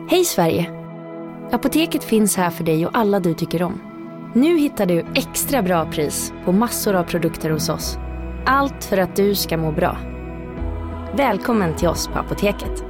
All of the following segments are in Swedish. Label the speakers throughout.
Speaker 1: Hej Sverige! Apoteket finns här för dig och alla du tycker om. Nu hittar du extra bra pris på massor av produkter hos oss. Allt för att du ska må bra. Välkommen till oss på Apoteket.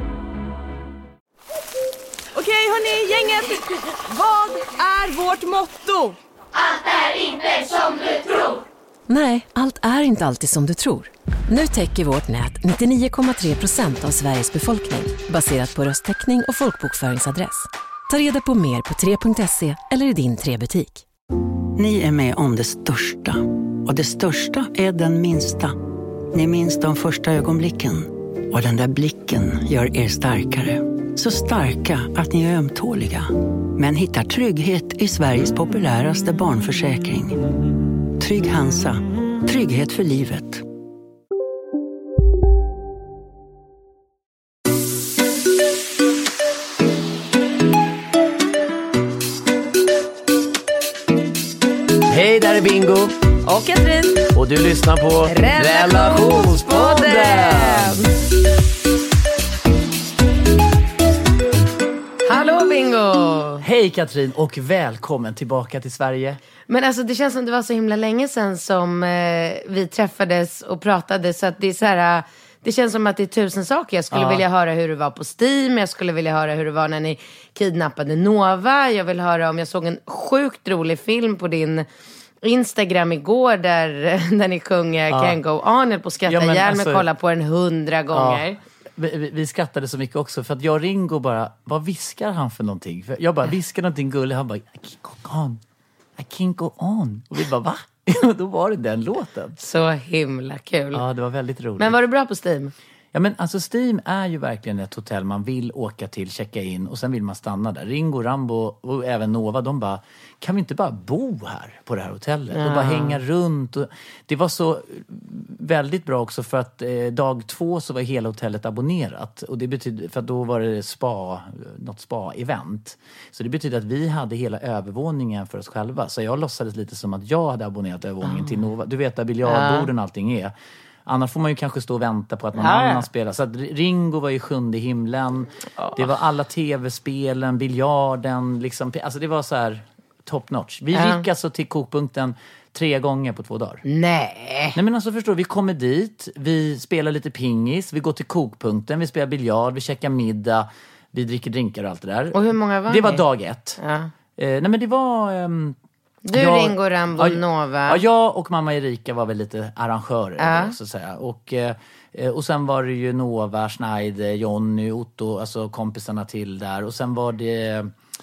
Speaker 2: Okej hörni, gänget! Vad är vårt motto?
Speaker 3: Allt är inte som du tror.
Speaker 4: Nej, allt är inte alltid som du tror. Nu täcker vårt nät 99,3% av Sveriges befolkning baserat på röstteckning och folkbokföringsadress. Ta reda på mer på 3.se eller i din 3-butik.
Speaker 5: Ni är med om det största. Och det största är den minsta. Ni minns de första ögonblicken. Och den där blicken gör er starkare. Så starka att ni är ömtåliga. Men hittar trygghet i Sveriges populäraste barnförsäkring. Trygg Hansa. Trygghet för livet.
Speaker 6: Hej, där är Bingo
Speaker 2: Och Katrin.
Speaker 6: och du lyssnar på
Speaker 2: Relationspodden. Hallå Bingo!
Speaker 6: Hej Katrin och välkommen tillbaka till Sverige.
Speaker 2: Men alltså det känns som det var så himla länge sedan som vi träffades och pratade. Så att det är så här, det känns som att det är 1000 saker. Jag skulle vilja höra hur det var på Steam. Jag skulle vilja höra hur det var när ni kidnappade Nova. Jag vill höra om jag såg en sjukt rolig film på din Instagram igår där ni sjunger Can't Go On. Jag på skratta ihjäl med kolla på den 100 gånger.
Speaker 6: Vi skrattade så mycket också för att jag och Ringo bara, vad viskar han för någonting? För jag bara viskar någonting gulligt, han bara I can't go on, I can't go on. Och vi bara va? Då var det den låten.
Speaker 2: Så himla kul.
Speaker 6: Ja, det var väldigt roligt.
Speaker 2: Men var du bra på Steam?
Speaker 6: Ja, men alltså Steam är ju verkligen ett hotell man vill åka till, checka in och sen vill man stanna där. Ringo, Rambo och även Nova, de bara, kan vi inte bara bo här på det här hotellet och bara hänga runt? Och det var så väldigt bra också för att dag 2 så var hela hotellet abonnerat. Och det betyder, för att då var det något spa-event. Så det betyder att vi hade hela övervåningen för oss själva. Så jag låtsades lite som att jag hade abonnerat övervåningen till Nova. Du vet där biljardborden och allting är. Annars får man ju kanske stå och vänta på att någon annan spelar. Så att Ringo var ju 7:e himlen. Det var alla tv-spelen, biljarden. Liksom. Alltså det var så här top notch. Vi gick alltså till kokpunkten 3 gånger på 2 dagar.
Speaker 2: Nej
Speaker 6: Men alltså förstår du, vi kommer dit. Vi spelar lite pingis. Vi går till kokpunkten. Vi spelar biljard. Vi käkar middag. Vi dricker drinkar och allt det där.
Speaker 2: Och hur många var
Speaker 6: det? Var
Speaker 2: ni?
Speaker 6: dag 1. Nej men det var...
Speaker 2: Ringo, Rambo, Nova.
Speaker 6: Ja, jag och mamma Erika var väl lite arrangörer då, så att säga. Och sen var det ju Nova, Schneider, Jonny, Otto, alltså kompisarna till där. Och sen var det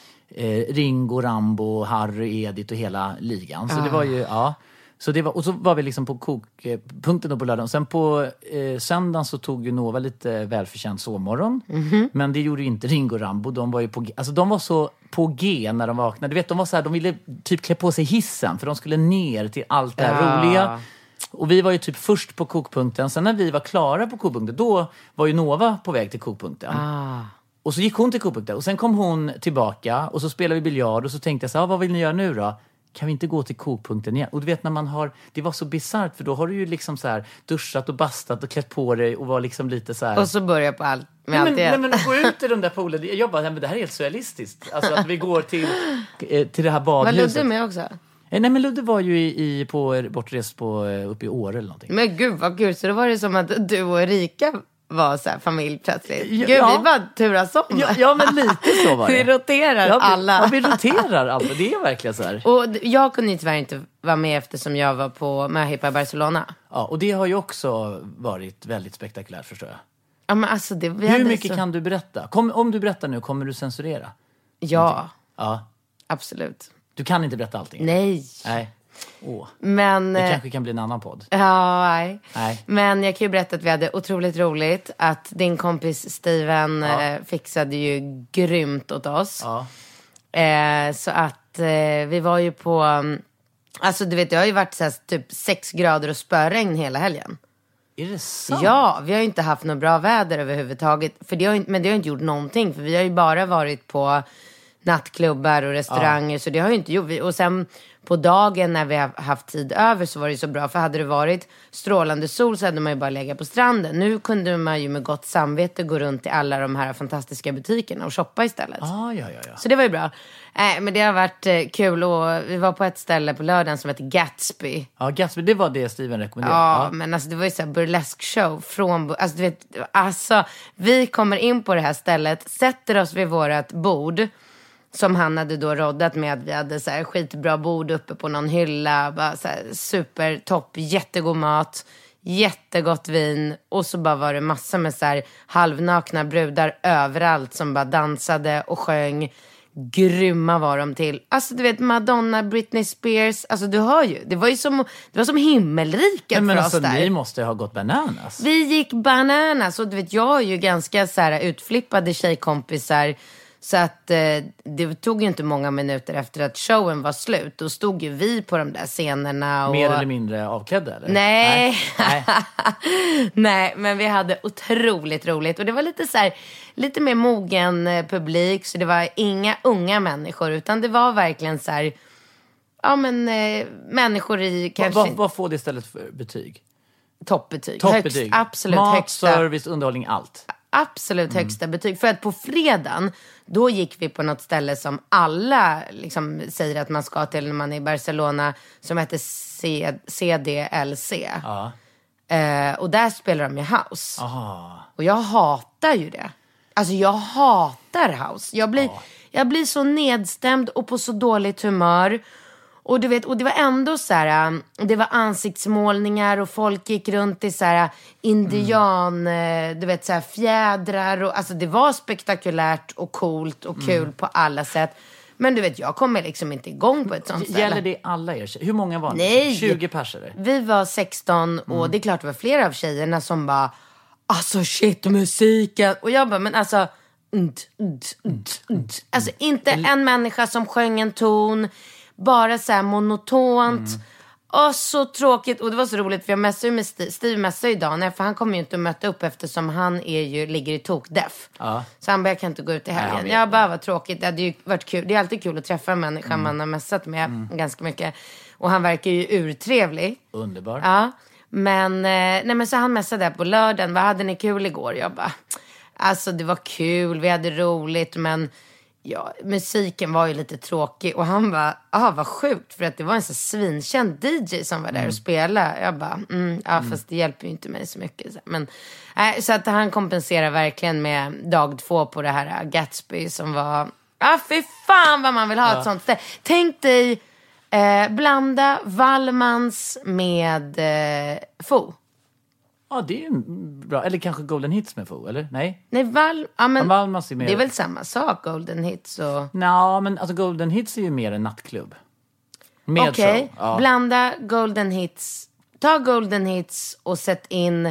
Speaker 6: Ringo, Rambo, Harry, Edith och hela ligan. Så det var ju, så det var, och så var vi liksom på kokpunkten då på lördagen. Och sen på söndagen så tog ju Nova lite välförtjänt sovmorgon. Men det gjorde ju inte Ringo och Rambo. De var ju på G. Alltså de var så på G när de vaknade. Du vet, de var så här, de ville typ klä på sig hissen. För de skulle ner till allt det här roliga. Och vi var ju typ först på kokpunkten. Sen när vi var klara på kokpunkten, då var ju Nova på väg till kokpunkten. Och så gick hon till kokpunkten. Och sen kom hon tillbaka. Och så spelade vi biljard. Och så tänkte jag så här, vad vill ni göra nu då? Kan vi inte gå till kokpunkten igen? Och du vet när man har... Det var så bizarrt för då har du ju liksom så här duschat och bastat och klätt på dig och var liksom lite så här...
Speaker 2: Och så börjar på allt med allt igen.
Speaker 6: Nej, men gå ut i den där poolen. Jag bara, men det här är helt surrealistiskt. Alltså att vi går till det här badhuset.
Speaker 2: Var Ludde med också?
Speaker 6: Nej, men Ludde var ju på bortrest uppe i Åre eller någonting.
Speaker 2: Men gud vad kul. Så då var det som att du och Erika var så här familj plötsligt. Gud, vi bara turas om.
Speaker 6: Ja, men lite så var det.
Speaker 2: Vi roterar alla.
Speaker 6: Ja, vi roterar alla. Det är verkligen så här.
Speaker 2: Och jag kunde ju tyvärr inte vara med eftersom jag var på Möhippa i Barcelona.
Speaker 6: Ja, och det har ju också varit väldigt spektakulärt, förstår jag.
Speaker 2: Ja, men alltså det...
Speaker 6: Hur mycket kan du berätta? Om du berättar nu, kommer du censurera?
Speaker 2: Ja.
Speaker 6: Ja.
Speaker 2: Absolut.
Speaker 6: Du kan inte berätta allting?
Speaker 2: Nej. Men,
Speaker 6: det kanske kan bli en annan podd.
Speaker 2: Ja, nej. Men jag kan ju berätta att vi hade otroligt roligt. Att din kompis Steven fixade ju grymt åt oss. Så att vi var ju på... Alltså du vet, det har ju varit så här, typ 6 grader och spöregn hela helgen.
Speaker 6: Är det sant?
Speaker 2: Ja, vi har ju inte haft något bra väder överhuvudtaget. Men det har inte gjort någonting. För vi har ju bara varit på nattklubbar och restauranger. Så det har ju inte gjort. Och sen på dagen när vi har haft tid över så var det så bra. För hade det varit strålande sol så hade man ju bara legat på stranden. Nu kunde man ju med gott samvete gå runt i alla de här fantastiska butikerna och shoppa istället.
Speaker 6: Ja.
Speaker 2: Så det var ju bra. Men det har varit kul. Och vi var på ett ställe på lördagen som heter Gatsby.
Speaker 6: Ja, Gatsby, det var det Steven rekommenderade.
Speaker 2: Ja, men alltså det var ju så här burlesk show från... Alltså, du vet, vi kommer in på det här stället, sätter oss vid vårat bord som han hade då roddat med att vi hade så här skitbra bord uppe på någon hylla. Bara så här supertopp, jättegod mat, jättegott vin. Och så bara var det massa med så här halvnakna brudar överallt som bara dansade och sjöng. Grymma var de till. Alltså du vet Madonna, Britney Spears. Alltså du hör ju. Det var som himmelriket
Speaker 6: men
Speaker 2: för
Speaker 6: alltså,
Speaker 2: oss där.
Speaker 6: ni måste ha gått bananas.
Speaker 2: Vi gick bananas. Och du vet jag är ju ganska så här utflippade tjejkompisar. Så att det tog ju inte många minuter efter att showen var slut. Då stod ju vi på de där scenerna. Och...
Speaker 6: Mer eller mindre avklädda eller?
Speaker 2: Nej. Nej, men vi hade otroligt roligt. Och det var lite så här, lite mer mogen publik. Så det var inga unga människor. Utan det var verkligen så här, ja men människor i kanske...
Speaker 6: Vad får det istället för betyg?
Speaker 2: Toppbetyg.
Speaker 6: Toppbetyg.
Speaker 2: Absolut
Speaker 6: mat,
Speaker 2: högsta.
Speaker 6: service, underhållning, allt.
Speaker 2: Absolut högsta betyg. För att på fredagen, då gick vi på något ställe som alla liksom säger att man ska till när man är i Barcelona, som heter CDLC.
Speaker 6: Ja.
Speaker 2: Och där spelar de ju house.
Speaker 6: Aha.
Speaker 2: Och jag hatar ju det. Alltså jag hatar house. Jag blir så nedstämd och på så dåligt humör. Och du vet, och det var ändå så här, det var ansiktsmålningar och folk gick runt i så här indian, du vet så här fjädrar och alltså det var spektakulärt och coolt och kul på alla sätt. Men du vet, jag kommer liksom inte igång på ett sånt ställe.
Speaker 6: Gäller det alla er? Hur många var ni?
Speaker 2: Nej.
Speaker 6: 20 personer.
Speaker 2: Vi var 16 och det är klart det var flera av tjejerna som bara, alltså shit, musiken. Och jag bara, men alltså, alltså inte en människa som sjöng en ton. Bara så här monotont. Och så tråkigt. Och det var så roligt för jag mässade med Steve mässade idag. För han kommer ju inte att möta upp eftersom han ligger i tokdeff.
Speaker 6: Ja.
Speaker 2: Så han bara, jag kan inte gå ut i helgen. Jag bara, vad tråkigt. Det hade ju varit kul. Det är alltid kul att träffa en människa man har mässat med ganska mycket. Och han verkar ju urtrevlig.
Speaker 6: Underbar.
Speaker 2: Ja. Men så han mässade på lördagen. Vad hade ni kul igår? Jag bara, alltså det var kul. Vi hade roligt men... Ja, musiken var ju lite tråkig. Och han bara, vad sjukt. För att det var en så svinkänd DJ som var där och spelade. Jag bara, fast det hjälper ju inte mig så mycket. Men, så att han kompenserar verkligen med dag 2 på det här Gatsby som var... fy fan vad man vill ha ett sånt ställe. Tänk dig blanda Wallmans med Foo.
Speaker 6: Ja, det är bra. Eller kanske Golden Hits med Foo, eller? Nej?
Speaker 2: Nej,
Speaker 6: Wallmans är mer...
Speaker 2: det är väl samma sak, Golden Hits och...
Speaker 6: Nej, men alltså Golden Hits är ju mer en nattklubb.
Speaker 2: Okej, blanda Golden Hits. Ta Golden Hits och sätt in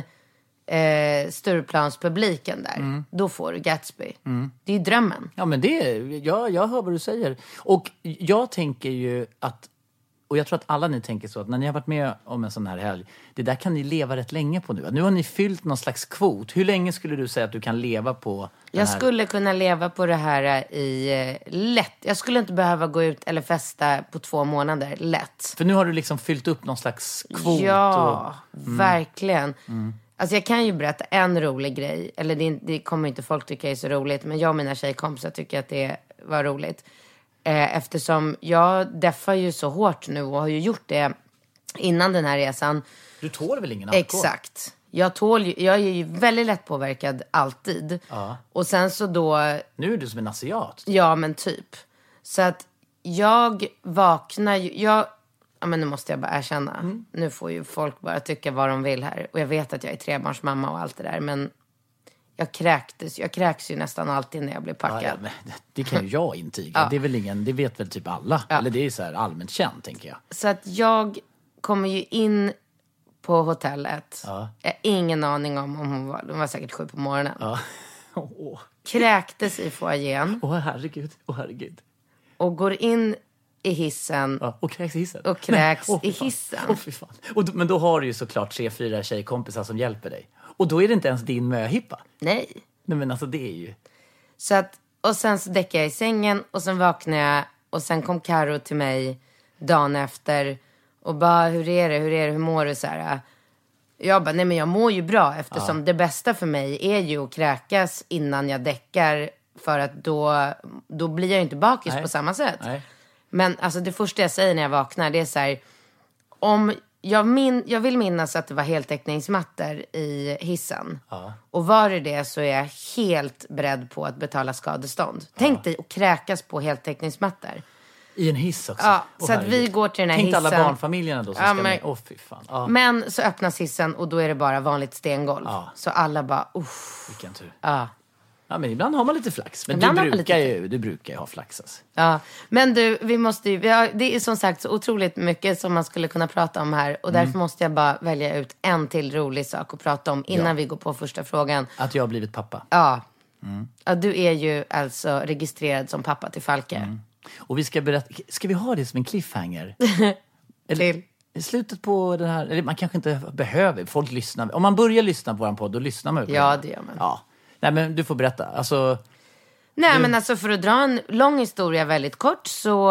Speaker 2: Stureplanspubliken där. Då får du Gatsby. Det är ju drömmen.
Speaker 6: Ja, men jag hör vad du säger. Och jag tänker ju att... Och jag tror att alla ni tänker så att när ni har varit med om en sån här helg, det där kan ni leva rätt länge på nu. Nu har ni fyllt någon slags kvot. Hur länge skulle du säga att du kan leva på
Speaker 2: Jag skulle kunna leva på det här i lätt. Jag skulle inte behöva gå ut eller festa på 2 månader, lätt.
Speaker 6: För nu har du liksom fyllt upp någon slags kvot.
Speaker 2: Ja, verkligen. Alltså jag kan ju berätta en rolig grej. Eller det kommer inte folk tycka är så roligt. Men jag och mina tjejkompisar tycker att det var roligt. Eftersom jag deffar ju så hårt nu och har ju gjort det innan den här resan.
Speaker 6: Du tål väl ingen alkohol?
Speaker 2: Exakt. Jag är ju väldigt lätt påverkad alltid.
Speaker 6: Ja.
Speaker 2: Och sen så då...
Speaker 6: Nu är du som en asiat.
Speaker 2: Ja, men typ. Så att jag vaknar ju... Ja, men nu måste jag bara erkänna. Nu får ju folk bara tycka vad de vill här. Och jag vet att jag är 3-barnsmamma och allt det där. Men jag kräks ju nästan alltid när jag blir packad.
Speaker 6: Ja, men det kan ju jag intyga. Det är väl det vet väl typ alla. Eller det är så här allmänt känt, tänker jag.
Speaker 2: Så att jag kommer ju in på hotellet. Jag har ingen aning om hon var säkert 7 på morgonen.
Speaker 6: Ja.
Speaker 2: Kräktes i foajén.
Speaker 6: Herregud.
Speaker 2: Och går in i hissen.
Speaker 6: Ja, och kräks i hissen.
Speaker 2: Och kräks i hissen.
Speaker 6: Fy fan. Men då har du ju såklart 3-4 tjejkompisar som hjälper dig. Och då är det inte ens din möhippa.
Speaker 2: Nej.
Speaker 6: Nej, men alltså det är ju...
Speaker 2: Så att, Och sen så däckade jag i sängen och sen vaknade jag. Och sen kom Karo till mig dagen efter och bara, hur är det, hur mår du så här? Jag bara, nej men jag mår ju bra eftersom det bästa för mig är ju att kräkas innan jag däckar. För att då blir jag inte bakis på samma sätt. Nej. Men alltså det första jag säger när jag vaknar, det är så här, om jag vill minnas att det var heltäckningsmattor i hissen. Ja. Och var det så är jag helt beredd på att betala skadestånd. Tänk dig att kräkas på heltäckningsmattor.
Speaker 6: I en hiss också.
Speaker 2: Ja, så att vi går till den här hissen.
Speaker 6: Tänk alla barnfamiljerna då som ska med. Fy fan. Ja.
Speaker 2: Men så öppnas hissen och då är det bara vanligt stengolv. Ja. Så alla bara,
Speaker 6: vilken tur.
Speaker 2: Ja.
Speaker 6: Ja, men ibland har man lite flax. Men du brukar ju ha flax alltså.
Speaker 2: Ja, men du, vi måste ju, det är som sagt så otroligt mycket som man skulle kunna prata om här. Och därför måste jag bara välja ut en till rolig sak att prata om innan vi går på första frågan.
Speaker 6: Att jag har blivit pappa.
Speaker 2: Ja. Ja, du är ju alltså registrerad som pappa till Falke.
Speaker 6: Och vi ska ska vi ha det som en cliffhanger?
Speaker 2: Till?
Speaker 6: I slutet på den här, eller man kanske inte behöver, folk lyssnar. Om man börjar lyssna på vår podd, då lyssnar man ju på
Speaker 2: Ja, det gör man.
Speaker 6: Ja. Nej, men du får berätta. Alltså,
Speaker 2: men alltså för att dra en lång historia väldigt kort så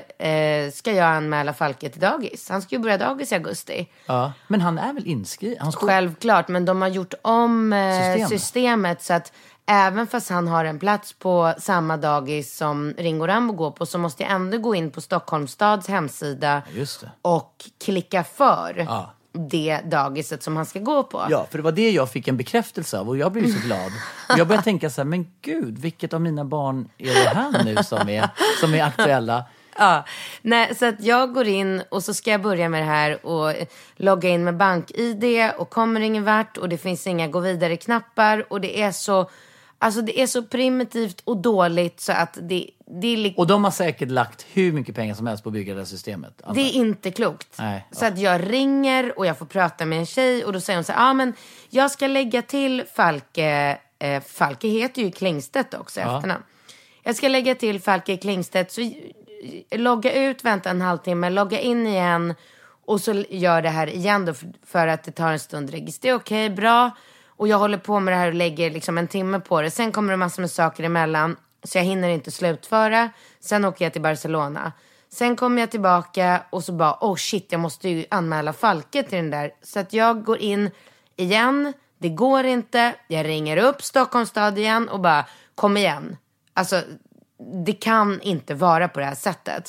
Speaker 2: ska jag anmäla Falke till dagis. Han ska ju börja dagis i augusti.
Speaker 6: Ja, men han är väl inskriven?
Speaker 2: Självklart, men de har gjort om systemet så att även fast han har en plats på samma dagis som Ringo Rambo går på så måste jag ändå gå in på Stockholms stads hemsida och klicka för det dagiset som han ska gå på.
Speaker 6: Ja, för det var det jag fick en bekräftelse av och jag blev så glad. Och jag började tänka så här, men gud, vilket av mina barn är det här nu som är aktuella?
Speaker 2: Ja, nej, så att jag går in och så ska jag börja med det här och logga in med BankID och kommer ingen vart och det finns inga gå vidare-knappar och det är så... Alltså det är så primitivt och dåligt så att det är
Speaker 6: och de har säkert lagt hur mycket pengar som helst på att bygga det här systemet.
Speaker 2: Det är inte klokt. Nej, så att jag ringer och jag får prata med en tjej och då säger hon så här, men jag ska lägga till Falke. Falke heter ju Klingstedt också efternamn. Jag ska lägga till Falke Klingstedt, så logga ut, vänta en halvtimme, logga in igen och så gör det här igen då för att det tar en stund registrera. Okej, bra. Och jag håller på med det här och lägger liksom en timme på det. Sen kommer det massor med saker emellan. Så jag hinner inte slutföra. Sen åker jag till Barcelona. Sen kommer jag tillbaka och så bara, shit, jag måste ju anmäla Falke till den där. Så att jag går in igen. Det går inte. Jag ringer upp Stockholms stad igen och bara, kom igen. Alltså, det kan inte vara på det här sättet.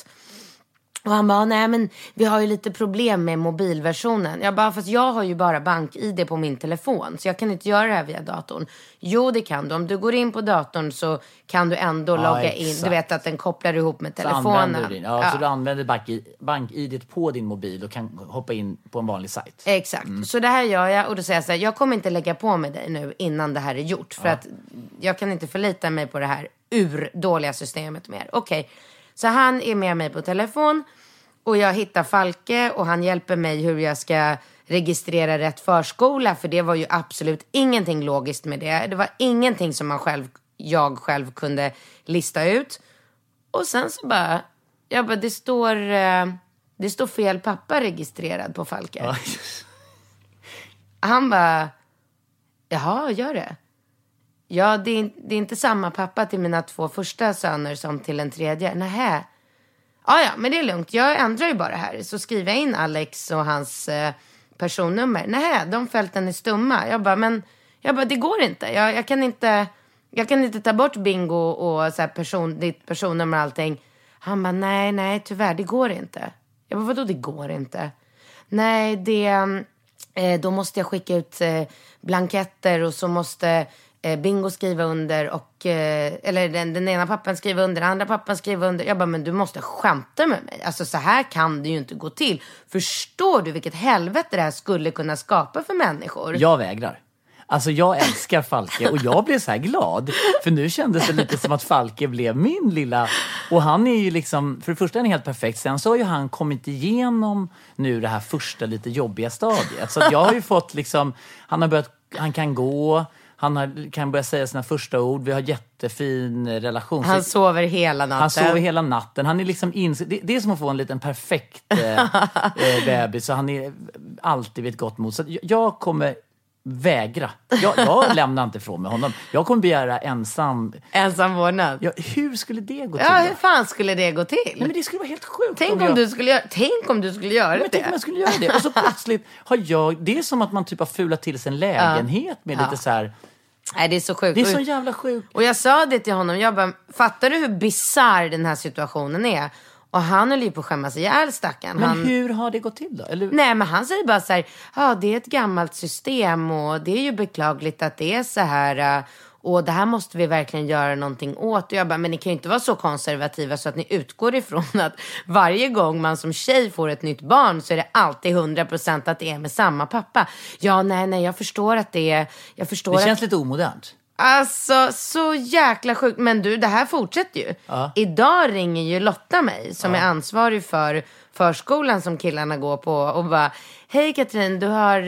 Speaker 2: Och han bara, nej men vi har ju lite problem med mobilversionen. Jag bara, fast jag har ju bara BankID på min telefon. Så jag kan inte göra det här via datorn. Jo, det kan du. Om du går in på datorn så kan du ändå logga in. Du vet att den kopplar ihop med telefonen.
Speaker 6: Så du använder BankID på din mobil och kan hoppa in på en vanlig sajt.
Speaker 2: Exakt. Så det här gör jag. Och då säger jag så här, jag kommer inte lägga på med dig nu innan det här är gjort. För att jag kan inte förlita mig på det här dåliga systemet mer. Okej. Så han är med mig på telefon och jag hittar Falke och han hjälper mig hur jag ska registrera rätt förskola. För det var ju absolut ingenting logiskt med det. Det var ingenting som jag själv kunde lista ut. Och sen så bara, det står fel pappa registrerad på Falke. Han bara, jaha, gör det? Ja, det är inte samma pappa till mina 2 första söner som till en tredje. Nähä. Ja, men det är lugnt. Jag ändrar ju bara här. Så skriver jag in Alex och hans personnummer. Nähä, de fälten är stumma. Jag bara, det går inte. Jag kan inte ta bort bingo och så här ditt personnummer och allting. Han bara, nej, tyvärr, det går inte. Jag bara, vadå det går inte? Nej, då måste jag skicka ut blanketter och så måste... Bingo skriva under och eller den ena pappan skriva under, den andra pappan skriva under. Jag bara, men du måste skämta med mig. Alltså så här kan det ju inte gå till. Förstår du vilket helvete det här skulle kunna skapa för människor?
Speaker 6: Jag vägrar. Alltså jag älskar Falke och jag blev så här glad. För nu kändes det lite som att Falke blev min lilla... Och han är ju liksom, för det första är han helt perfekt. Sen så har ju han kommit igenom nu det här första lite jobbiga stadiet. Så att jag har ju fått liksom, han kan gå... kan börja säga sina första ord. Vi har jättefin relation.
Speaker 2: Han sover hela natten.
Speaker 6: Han är liksom det är som att få en liten perfekt bebis. Så han är alltid vid ett gott mod. Så jag kommer vägra. Jag lämnar inte ifrån med honom. Jag kommer begära
Speaker 2: ensam vårdnad.
Speaker 6: Ja, hur skulle det gå till?
Speaker 2: Ja, hur fan skulle det gå till?
Speaker 6: Nej, men det skulle vara helt sjukt.
Speaker 2: Tänk om du skulle göra det.
Speaker 6: Tänk om jag skulle göra det. Och så plötsligt det är som att man typ har fulat till sig en lägenhet med lite så här.
Speaker 2: Nej, det är så sjukt.
Speaker 6: Det är så jävla sjukt.
Speaker 2: Och jag sa det till honom. Jag bara, fattar du hur bizarr den här situationen är? Och han höll ju på att skämmas ihjäl, stackarn.
Speaker 6: Men hur har det gått till då? Eller?
Speaker 2: Nej, men han säger bara så här, ja, det är ett gammalt system och det är ju beklagligt att det är så här. Och det här måste vi verkligen göra någonting åt. Och jag bara, men ni kan ju inte vara så konservativa så att ni utgår ifrån att varje gång man som tjej får ett nytt barn så är det alltid 100% att det är med samma pappa. Ja, nej, jag förstår att det är...
Speaker 6: Det känns lite omodernt.
Speaker 2: Alltså, så jäkla sjukt. Men du, det här fortsätter ju. Ja. Idag ringer ju Lotta mig, som är ansvarig för förskolan som killarna går på. Och bara, hej Katrin, du har...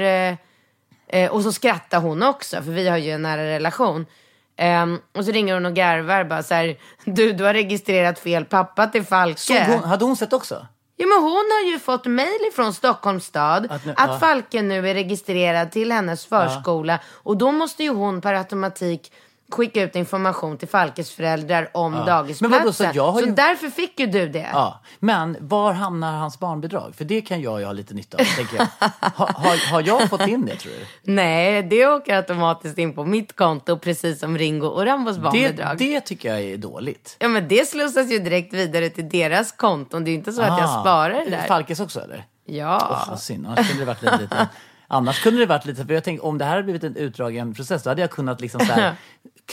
Speaker 2: och så skrattar hon också, för vi har ju en nära relation. Och så ringer hon och garvar bara så här, du har registrerat fel pappa till Falke.
Speaker 6: Hade hon sett också?
Speaker 2: Ja, men hon har ju fått mejl från Stockholms stad att Falke nu är registrerad till hennes förskola. Och då måste ju hon per automatik skicka ut information till Falkes föräldrar om dagisplatsen. Så därför fick ju du det.
Speaker 6: Ja. Men var hamnar hans barnbidrag? För det kan jag ju ha lite nytta av, tänker jag. Har jag fått in det, tror du?
Speaker 2: Nej, det åker automatiskt in på mitt konto, precis som Ringo och Rambos barnbidrag.
Speaker 6: Det tycker jag är dåligt.
Speaker 2: Ja, men det slussas ju direkt vidare till deras konton. Det är ju inte så att jag sparar det där.
Speaker 6: Falkes också, eller?
Speaker 2: Ja.
Speaker 6: Vad synd. Annars kunde det varit lite... Annars kunde det varit lite, för jag tänkte, om det här hade blivit en utdragen process, då hade jag kunnat liksom så här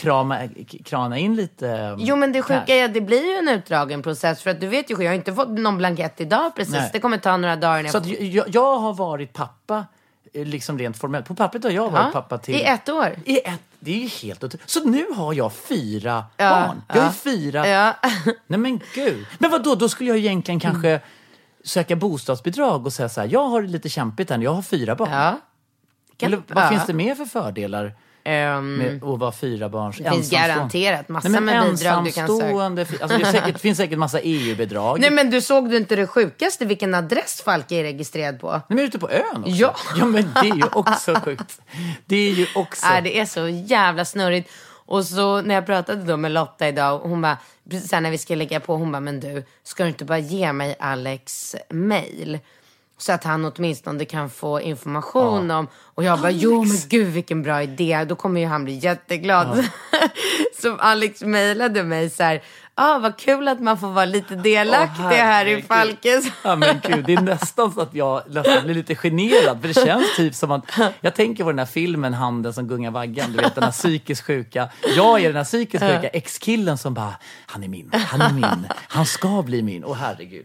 Speaker 6: krana in lite.
Speaker 2: Jo, men det sjuka är att det blir ju en utdragen process, för att du vet ju, jag har inte fått någon blankett idag precis. Nej. Det kommer ta några dagar.
Speaker 6: Så att jag har varit pappa liksom rent formellt. På pappret har jag varit pappa till...
Speaker 2: I 1 år.
Speaker 6: Det är ju helt otroligt. Så nu har jag 4 barn. Jag är 4.
Speaker 2: Ja.
Speaker 6: Nej men gud. Men vadå, då skulle jag egentligen kanske... söka bostadsbidrag och säga så här, jag har det lite kämpigt här, jag har 4 barn.
Speaker 2: Ja.
Speaker 6: Eller, vad finns det mer för fördelar med att vara 4 barns ensamstående?
Speaker 2: Det finns garanterat massa med bidrag du kan söka.
Speaker 6: Alltså det finns säkert massa EU-bidrag.
Speaker 2: Nej, men såg du inte det sjukaste, vilken adress Falke är registrerad på?
Speaker 6: Nej, men ute på ön också.
Speaker 2: Ja,
Speaker 6: men det är ju också sjukt. Det är ju också...
Speaker 2: det är så jävla snurrigt. Och så när jag pratade då med Lotta idag, hon bara, precis när vi ska lägga på, hon bara, men du, ska du inte bara ge mig Alex mail? Så att han åtminstone kan få information om. Och jag bara, jo men gud vilken bra idé. Då kommer ju han bli jätteglad. Så Alex mejlade mig så här, vad kul att man får vara lite delaktig här i Falkes.
Speaker 6: Ja men gud, det är nästan så att jag blir lite generad. För det känns typ som att, jag tänker på den här filmen Handen som gungar vaggan. Du vet, den här psykiskt sjuka. Jag är den här psykiskt sjuka ex-killen som bara, han är min, han ska bli min. Åh herregud.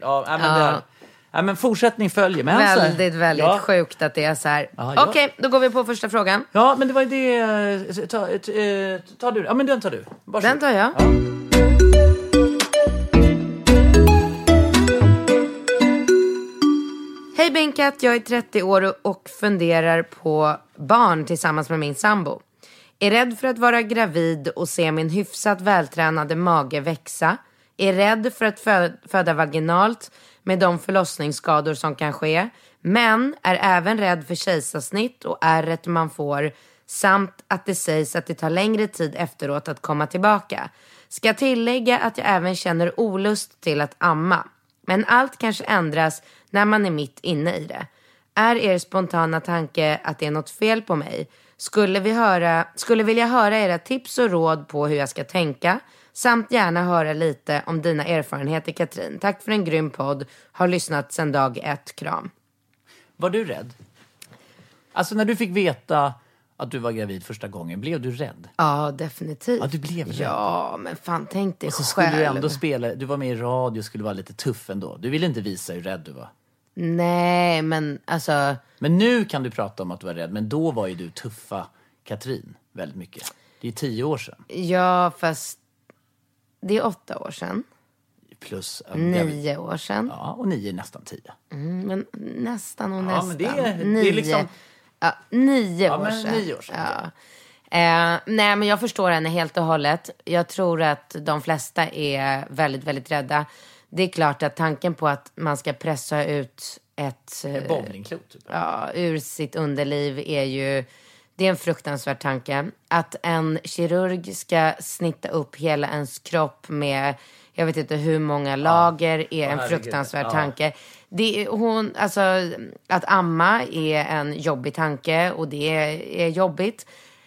Speaker 6: Men fortsättning följer med.
Speaker 2: Väldigt sjukt att det är så här. Okej, då går vi på första frågan.
Speaker 6: Ja, men det var ju det. Ta du. Ja, men den tar du. Varsågod.
Speaker 2: Den tar jag.
Speaker 6: Ja.
Speaker 2: Hej Benkat, jag är 30 år och funderar på barn tillsammans med min sambo. Är rädd för att vara gravid och se min hyfsat vältränade mage växa. Är rädd för att föda vaginalt med de förlossningsskador som kan ske. Men är även rädd för kejsarsnitt och ärret man får. Samt att det sägs att det tar längre tid efteråt att komma tillbaka. Ska tillägga att jag även känner olust till att amma. Men allt kanske ändras när man är mitt inne i det. Är er spontana tanke att det är något fel på mig? Skulle vilja höra era tips och råd på hur jag ska tänka. Samt gärna höra lite om dina erfarenheter, Katrin. Tack för en grym podd. Har lyssnat sedan dag 1. Kram.
Speaker 6: Var du rädd? Alltså när du fick veta att du var gravid första gången, blev du rädd?
Speaker 2: Ja, definitivt.
Speaker 6: Ja, du blev rädd.
Speaker 2: Ja, men fan, tänk dig
Speaker 6: själv. Och så skulle du ändå spela, du var med i radio, skulle vara lite tuff ändå. Du ville inte visa hur rädd du var.
Speaker 2: Nej, men alltså...
Speaker 6: Men nu kan du prata om att du var rädd, men då var ju du tuffa Katrin väldigt mycket. Det är 10 år sedan.
Speaker 2: Ja, fast det är 8 år sedan.
Speaker 6: Plus
Speaker 2: 9 år sedan.
Speaker 6: Ja, och 9 är nästan 10.
Speaker 2: Men nästan och
Speaker 6: ja,
Speaker 2: nästan.
Speaker 6: Men det är liksom...
Speaker 2: Ja, 9 år sedan.
Speaker 6: 9 år sedan.
Speaker 2: Ja. Nej, men jag förstår henne helt och hållet. Jag tror att de flesta är väldigt, väldigt rädda. Det är klart att tanken på att man ska pressa ut ett
Speaker 6: bowlingklot typ.
Speaker 2: ur sitt underliv är ju Det är en fruktansvärd tanke. Att en kirurg ska snitta upp hela ens kropp med, jag vet inte hur många lager, är en fruktansvärd tanke. Det är alltså, att amma är en jobbig tanke och det är jobbigt.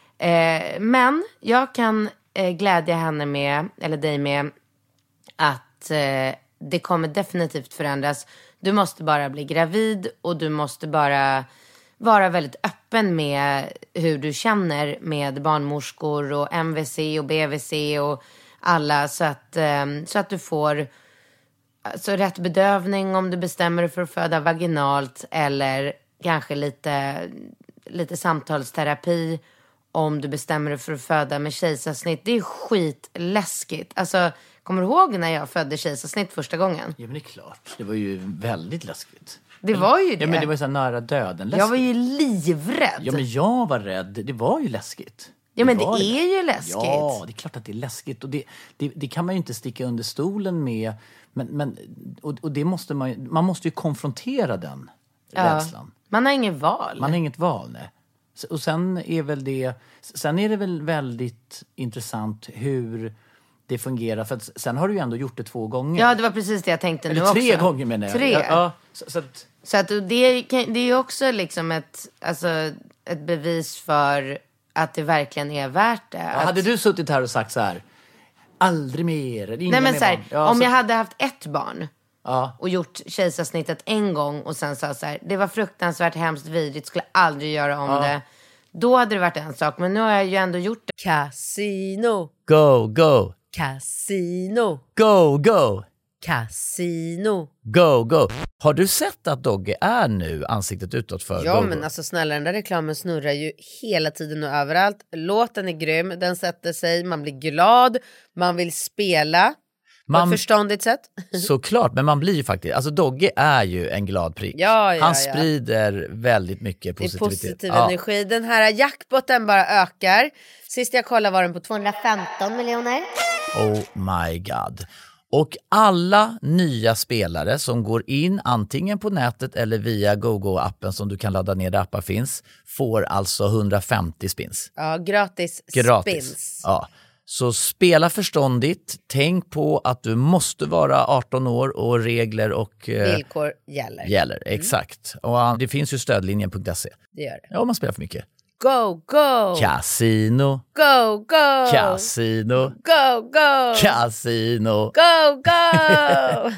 Speaker 2: Men jag kan glädja henne med, eller dig med, att det kommer definitivt förändras. Du måste bara bli gravid och du måste bara vara väldigt öppen med hur du känner med barnmorskor och MVC och BVC och alla, så att du får alltså rätt bedövning om du bestämmer dig för att föda vaginalt, eller kanske lite samtalsterapi om du bestämmer dig för att föda med kejsarsnitt. Det är skitläskigt. Alltså, kommer du ihåg när jag födde kejsarsnitt första gången?
Speaker 6: Ja, men det är klart. Det var ju väldigt läskigt.
Speaker 2: Det var ju det.
Speaker 6: Ja, men det var ju så nära döden läskigt.
Speaker 2: Jag var ju livrädd.
Speaker 6: Ja, men jag var rädd. Det var ju läskigt.
Speaker 2: Ja, men det är ju läskigt.
Speaker 6: Ja, det är klart att det är läskigt. Och det kan man ju inte sticka under stolen med. Och det måste man måste ju konfrontera den rädslan.
Speaker 2: Man har inget val.
Speaker 6: Man har inget val, nej. Och sen är det väl väldigt intressant hur det fungerar. För att sen har du ju ändå gjort det 2 gånger.
Speaker 2: Ja, det var precis det jag tänkte nu också.
Speaker 6: 3 gånger menar jag.
Speaker 2: 3.
Speaker 6: Ja,
Speaker 2: så att det är ju också liksom ett bevis för att det verkligen är värt det.
Speaker 6: Ja, hade du suttit här och sagt så här, aldrig mer,
Speaker 2: nej, men så här,
Speaker 6: ja,
Speaker 2: om jag hade haft ett barn
Speaker 6: ja,
Speaker 2: och gjort kejsarsnittet en gång och sen sa så här, det var fruktansvärt hemskt vidrigt, skulle aldrig göra om det. Då hade det varit en sak, men nu har jag ju ändå gjort det. Casino.
Speaker 6: Go, go.
Speaker 2: Casino.
Speaker 6: Go, go.
Speaker 2: Casino.
Speaker 6: Go, go. Har du sett att Dogge är nu ansiktet utåt för
Speaker 2: Ja,
Speaker 6: Go,
Speaker 2: men
Speaker 6: go?
Speaker 2: alltså snälla, den där reklamen snurrar ju hela tiden och överallt. Låten är grym, den sätter sig, man blir glad, man vill spela på ett förståndigt sätt.
Speaker 6: Såklart, men man blir ju faktiskt, alltså Dogge är ju en glad prick.
Speaker 2: Ja,
Speaker 6: han sprider väldigt mycket positivitet.
Speaker 2: Det är positiv energi. Den här jackpotten bara ökar. Sist jag kollade var den på 215 miljoner.
Speaker 6: Oh my god. Och alla nya spelare som går in antingen på nätet eller via GoGo-appen som du kan ladda ner där appar finns, får alltså 150 spins.
Speaker 2: Ja, gratis spins.
Speaker 6: Ja. Så spela förståndigt. Tänk på att du måste vara 18 år och regler och
Speaker 2: villkor gäller.
Speaker 6: Exakt. Och det finns ju stödlinjen.se.
Speaker 2: Det gör det.
Speaker 6: Ja, om man spelar för mycket.
Speaker 2: Go, go!
Speaker 6: Casino.
Speaker 2: Go, go!
Speaker 6: Casino.
Speaker 2: Go, go!
Speaker 6: Casino.
Speaker 2: Go, go!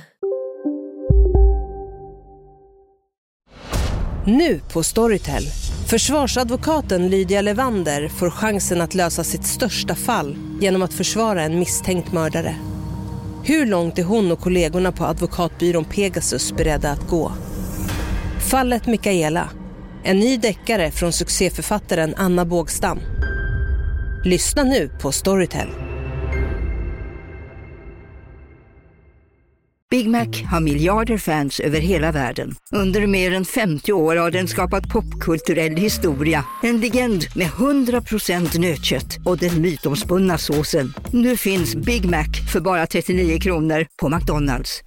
Speaker 7: Nu på Storytel. Försvarsadvokaten Lydia Levander får chansen att lösa sitt största fall genom att försvara en misstänkt mördare. Hur långt är hon och kollegorna på advokatbyrån Pegasus beredda att gå? Fallet Mikaela. En ny deckare från succéförfattaren Anna Bågstam. Lyssna nu på Storytel.
Speaker 8: Big Mac har miljarder fans över hela världen. Under mer än 50 år har den skapat popkulturell historia. En legend med 100% nötkött och den mytomspunna såsen. Nu finns Big Mac för bara 39 kronor på McDonald's.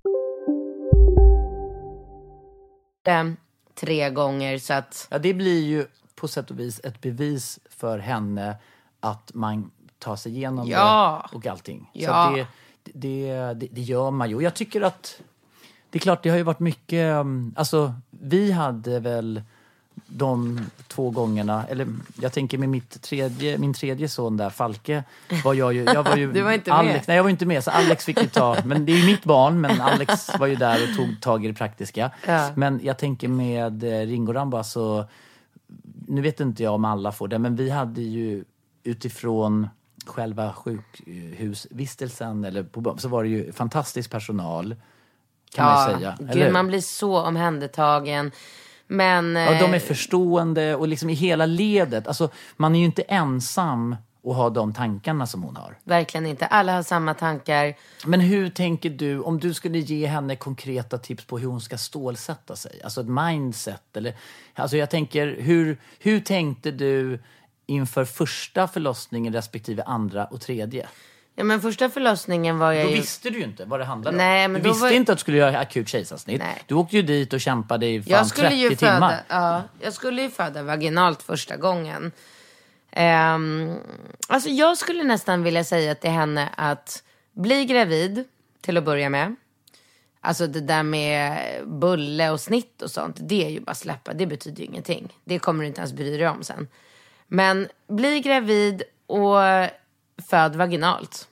Speaker 2: 3 gånger så att...
Speaker 6: Ja, det blir ju på sätt och vis ett bevis för henne att man tar sig igenom det och allting.
Speaker 2: Ja.
Speaker 6: Så det gör man ju. Och jag tycker att det är klart, det har ju varit mycket, alltså vi hade väl de 2 gångerna, eller jag tänker med min tredje son där, Falke, var jag var ju
Speaker 2: du var inte
Speaker 6: Alex,
Speaker 2: med.
Speaker 6: Nej, jag var inte med, så Alex fick ju ta, men det är ju mitt barn, men Alex var ju där och tog tag i det praktiska. Men jag tänker med Ringo Rambo, alltså, nu vet inte jag om alla får det, men vi hade ju utifrån själva sjukhusvistelsen eller så var det ju fantastisk personal, kan man säga.
Speaker 2: Gud, man blir så omhändertagen. Men
Speaker 6: de är förstående och liksom i hela ledet. Alltså, man är ju inte ensam att ha de tankarna som hon har.
Speaker 2: Verkligen inte. Alla har samma tankar.
Speaker 6: Men hur tänker du, om du skulle ge henne konkreta tips på hur hon ska stålsätta sig? Alltså ett mindset eller, alltså jag tänker, hur tänkte du inför första förlossningen respektive andra och tredje?
Speaker 2: Ja, men första förlossningen var jag
Speaker 6: Då visste du ju inte vad det handlade om.
Speaker 2: Nej, men
Speaker 6: du visste inte att du skulle göra akut kejsarsnitt.
Speaker 2: Nej.
Speaker 6: Du åkte ju dit och kämpade i 30 timmar.
Speaker 2: Jag skulle ju föda vaginalt första gången. Alltså jag skulle nästan vilja säga till henne att bli gravid till att börja med. Alltså det där med bulle och snitt och sånt, det är ju bara släppa. Det betyder ju ingenting. Det kommer du inte ens bry dig om sen. Men bli gravid och föd vaginalt.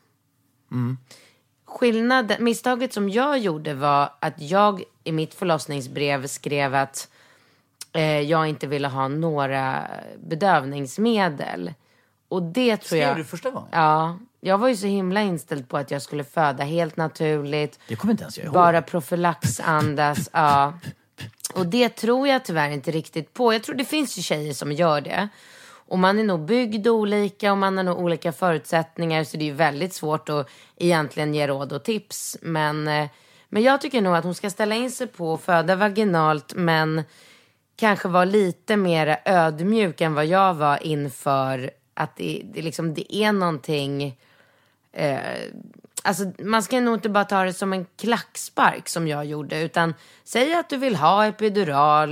Speaker 2: Misstaget som jag gjorde var att jag i mitt förlossningsbrev skrev att jag inte ville ha några bedövningsmedel. Och det tror
Speaker 6: Skrev du första gången?
Speaker 2: Ja, jag var ju så himla inställd på att jag skulle föda helt naturligt.
Speaker 6: Det kommer inte ens jag ihåg.
Speaker 2: Bara profylaxandas, ja. Och det tror jag tyvärr inte riktigt på. Jag tror det finns ju tjejer som gör det. Och man är nog byggd olika och man har nog olika förutsättningar. Så det är ju väldigt svårt att egentligen ge råd och tips. Men jag tycker nog att hon ska ställa in sig på att föda vaginalt. Men kanske vara lite mer ödmjuk än vad jag var inför att det är någonting. Alltså man ska nog inte bara ta det som en klackspark som jag gjorde. Utan säg att du vill ha epidural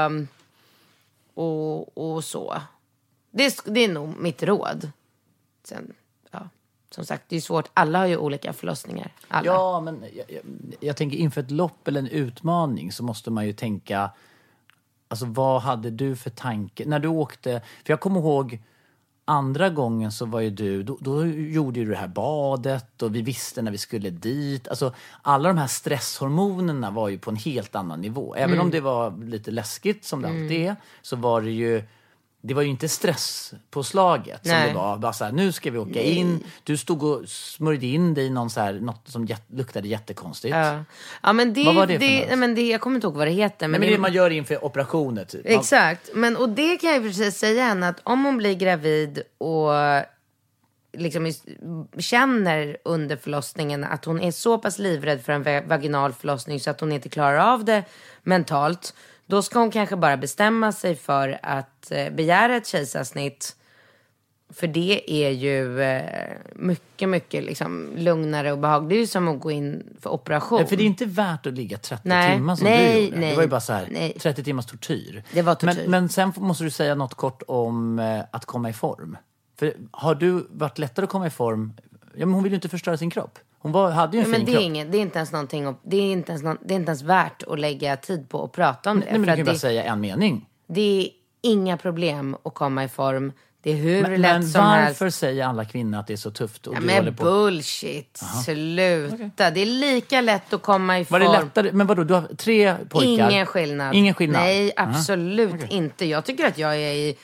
Speaker 2: och så. Det är nog mitt råd. Sen, ja, som sagt, det är svårt. Alla har ju olika förlossningar. Alla.
Speaker 6: Ja, men jag tänker inför ett lopp eller en utmaning så måste man ju tänka, alltså vad hade du för tanke? När du åkte, för jag kommer ihåg andra gången så var ju du, då gjorde du det här badet och vi visste när vi skulle dit. Alltså alla de här stresshormonerna var ju på en helt annan nivå. Även om det var lite läskigt som det alltid är, så var det ju inte stresspåslaget som det var. Bara så här, nu ska vi åka in. Du stod och smörjde in dig i något som luktade jättekonstigt.
Speaker 2: Ja, men
Speaker 6: vad var det för
Speaker 2: jag kommer inte ihåg vad det heter.
Speaker 6: Men det är det man gör inför operationer typ.
Speaker 2: Exakt. Och det kan jag precis säga henne att om hon blir gravid och liksom känner under förlossningen att hon är så pass livrädd för en vaginal förlossning så att hon inte klarar av det mentalt. Då ska hon kanske bara bestämma sig för att begära ett kejsarsnitt. För det är ju mycket, mycket liksom lugnare och behagligt. Det är ju som att gå in för operation.
Speaker 6: Ja, för det är inte värt att ligga 30 timmar som du gjorde. Det var ju bara så här, 30 timmars tortyr.
Speaker 2: Det var tortyr.
Speaker 6: Men sen måste du säga något kort om att komma i form. För har du varit lättare att komma i form? Ja, men hon vill ju inte förstöra sin kropp. Hon hade ju en fin kropp. Det är inte ens någonting. Det är inte ens värt att lägga tid på att prata om det. Nej, men du kan bara säga en mening.
Speaker 2: Det är inga problem att komma i form. Det är hur lätt som helst.
Speaker 6: Varför säger alla kvinnor att det är så tufft? Och
Speaker 2: men bullshit. Sluta. Okay. Det är lika lätt att komma i form.
Speaker 6: Var det lättare? Men vadå, du har 3 pojkar?
Speaker 2: Ingen skillnad. Nej, absolut inte. Jag tycker att jag är i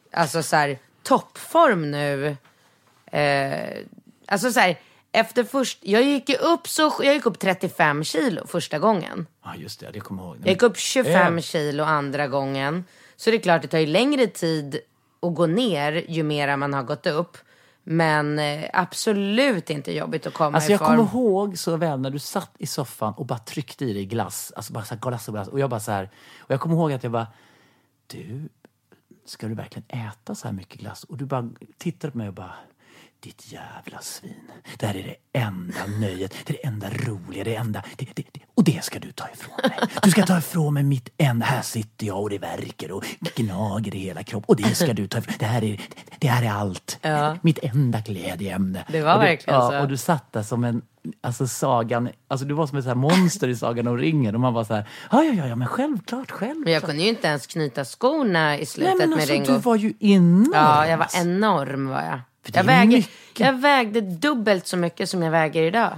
Speaker 2: toppform nu. Alltså så här, jag gick upp 35 kilo första gången.
Speaker 6: Ja, just det kommer jag ihåg.
Speaker 2: Jag gick upp 25 kilo andra gången. Så det är klart, det tar ju längre tid att gå ner ju mer man har gått upp. Men absolut inte jobbigt att komma i form.
Speaker 6: Jag kommer ihåg så väl när du satt i soffan och bara tryckte i dig glass. Alltså bara så här, glass. Och jag bara så här. Och jag kommer ihåg att jag bara, du, ska du verkligen äta så här mycket glass? Och du bara tittade på mig och bara, ditt jävla svin. Det här är det enda nöjet. Det är det enda roliga. Det enda. Och det ska du ta ifrån mig. Du ska ta ifrån mig mitt enda. Här sitter jag och det verkar och gnager i hela kroppen. Och det ska du ta ifrån. Det här är allt. Ja. Mitt enda glädjeämne.
Speaker 2: Det var verkligen så.
Speaker 6: Ja, och du satt där som en, alltså sagan, alltså du var som ett så här monster i Sagan om ringen. Och man var så här, ja, men självklart.
Speaker 2: Men jag kunde ju inte ens knyta skorna i slutet.
Speaker 6: Nej, men
Speaker 2: med
Speaker 6: alltså,
Speaker 2: Ringo.
Speaker 6: Du var ju enorm.
Speaker 2: Ja, jag var enorm var jag. Jag vägde dubbelt så mycket som jag väger idag.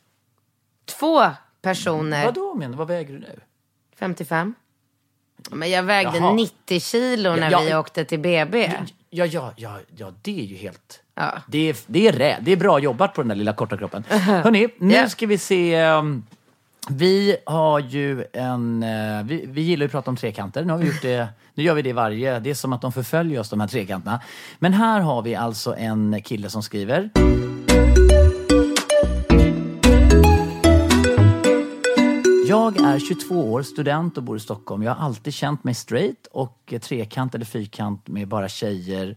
Speaker 2: 2 personer.
Speaker 6: Vad väger du nu?
Speaker 2: 55. Men jag vägde 90 kilo när vi åkte till BB.
Speaker 6: Ja, det är ju helt... Ja. Det är bra jobbat på den där lilla korta kroppen. Hörrni, nu ska vi se... Vi har ju vi gillar ju att prata om trekanter. Nu har vi gjort det. Nu gör vi det det är som att de förföljer oss, de här trekanterna. Men här har vi alltså en kille som skriver: jag är 22 år, student och bor i Stockholm. Jag har alltid känt mig straight och trekant eller fyrkant med bara tjejer.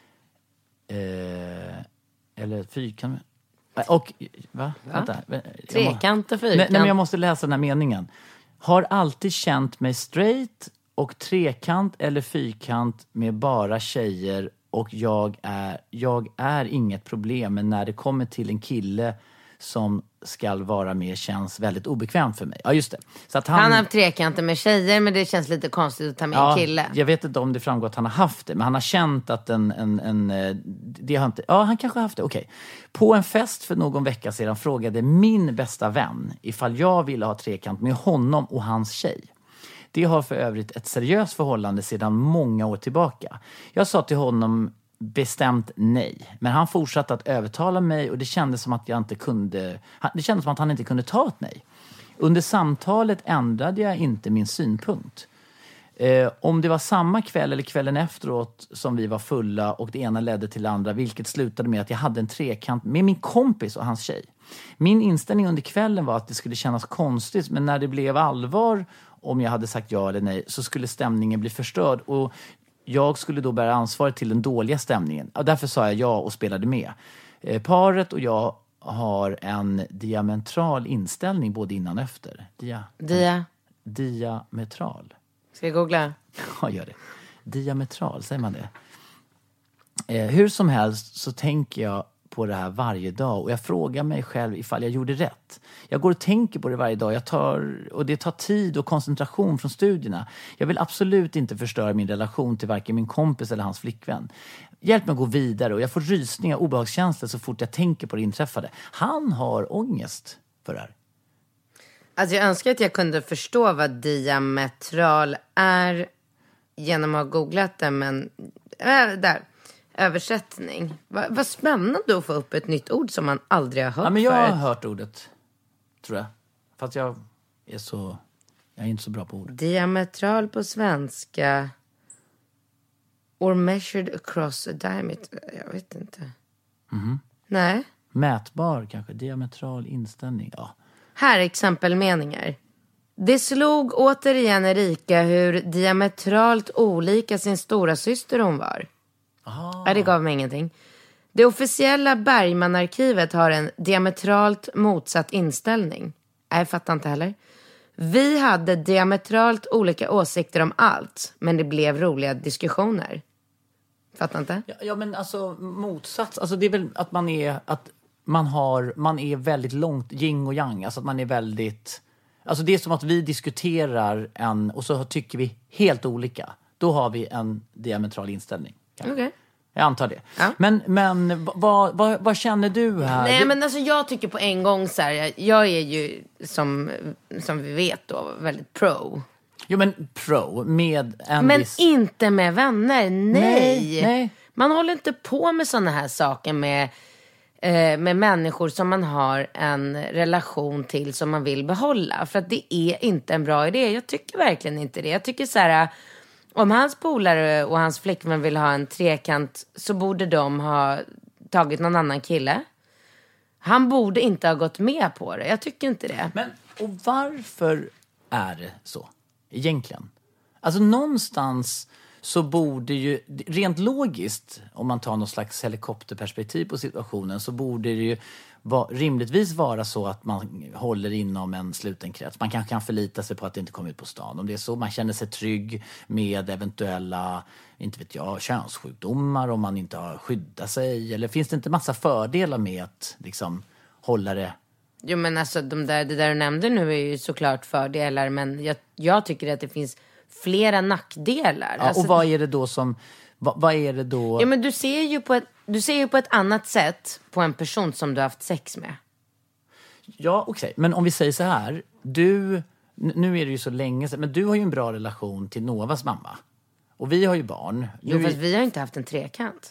Speaker 6: Eller fyrkant. Och, va? Vänta.
Speaker 2: Trekant och fyrkant.
Speaker 6: Nej, men jag måste läsa den här meningen. Har alltid känt mig straight och trekant eller fyrkant med bara tjejer Och jag är inget problem, men när det kommer till en kille som ska vara med känns väldigt obekvämt för mig. Ja, just det. Så att
Speaker 2: han har trekanter med tjejer, men det känns lite konstigt att ta med en kille.
Speaker 6: Jag vet inte om det framgår att han har haft det, men han har känt att det har inte... Ja, han kanske har haft det, okej. På en fest för någon vecka sedan frågade min bästa vän ifall jag ville ha trekant med honom och hans tjej. Det har för övrigt ett seriöst förhållande sedan många år tillbaka. Jag sa till honom bestämt nej. Men han fortsatte att övertala mig och det kändes som att han inte kunde ta ett nej. Under samtalet ändrade jag inte min synpunkt. Om det var samma kväll eller kvällen efteråt som vi var fulla och det ena ledde till det andra, vilket slutade med att jag hade en trekant med min kompis och hans tjej. Min inställning under kvällen var att det skulle kännas konstigt, men när det blev allvar, om jag hade sagt ja eller nej, så skulle stämningen bli förstörd och jag skulle då bära ansvaret till den dåliga stämningen. Och därför sa jag ja och spelade med. Paret och jag har en diametral inställning både innan och efter. Diametral.
Speaker 2: Ska jag googla?
Speaker 6: Ja, gör det. Diametral, säger man det? Hur som helst så tänker jag på det här varje dag och jag frågar mig själv ifall jag gjorde rätt. Jag går och tänker på det varje dag. Och det tar tid och koncentration från studierna. Jag vill absolut inte förstöra min relation till varken min kompis eller hans flickvän. Hjälp mig att gå vidare och jag får rysningar och obehagskänslor så fort jag tänker på det inträffade. Han har ångest för det här.
Speaker 2: Alltså jag önskar att jag kunde förstå vad diametral är genom att ha googlat det, men där. Översättning. Vad spännande att få upp ett nytt ord som man aldrig har hört förut.
Speaker 6: Ja, men jag har hört ordet, tror jag. Fast jag är inte så bra på ord.
Speaker 2: Diametral på svenska. Or measured across a diameter. Jag vet inte.
Speaker 6: Mm-hmm.
Speaker 2: Nej.
Speaker 6: Mätbar kanske. Diametral inställning. Ja.
Speaker 2: Här är exempelmeningar. Det slog återigen Erika hur diametralt olika sin stora syster hon var. Ja, det gav mig ingenting. Det officiella Bergman-arkivet har en diametralt motsatt inställning. Jag fattar inte heller. Vi hade diametralt olika åsikter om allt, men det blev roliga diskussioner. Fattar inte?
Speaker 6: Ja, men alltså motsats. Alltså det är väl att man är väldigt långt yin och yang. Alltså att man är väldigt... Alltså det är som att vi diskuterar och så tycker vi helt olika. Då har vi en diametral inställning.
Speaker 2: Okay.
Speaker 6: Jag antar det.
Speaker 2: Ja.
Speaker 6: Men vad känner du här?
Speaker 2: Nej, men alltså jag tycker på en gång så här, jag är ju som vi vet då väldigt pro.
Speaker 6: Jo, men pro med en
Speaker 2: men
Speaker 6: viss...
Speaker 2: inte med vänner. Nej. Man håller inte på med såna här saker med människor som man har en relation till som man vill behålla. För att det är inte en bra idé. Jag tycker verkligen inte det. Jag tycker så här, om hans polare och hans flickvän vill ha en trekant så borde de ha tagit någon annan kille. Han borde inte ha gått med på det. Jag tycker inte det.
Speaker 6: Men, och varför är det så egentligen? Alltså någonstans så borde ju, rent logiskt, om man tar någon slags helikopterperspektiv på situationen, så borde det ju rimligtvis vara så att man håller inom en sluten krets. Man kanske kan förlita sig på att det inte kommer ut på stan. Om det är så, man känner sig trygg med eventuella, inte vet jag, könssjukdomar om man inte har skyddat sig. Eller finns det inte massa fördelar med att liksom hålla det? Jo, men alltså det där du nämnde nu är ju såklart fördelar, men jag tycker att det finns flera nackdelar. Ja, alltså, och vad är det då som... Vad är det då? Ja, men du ser ju på ett annat sätt på en person som du har haft sex med. Ja, okej. Men om vi säger så här. Nu är det ju så länge sedan, men du har ju en bra relation till Novas mamma. Och vi har ju barn.
Speaker 2: Jo, fast vi har inte haft en trekant.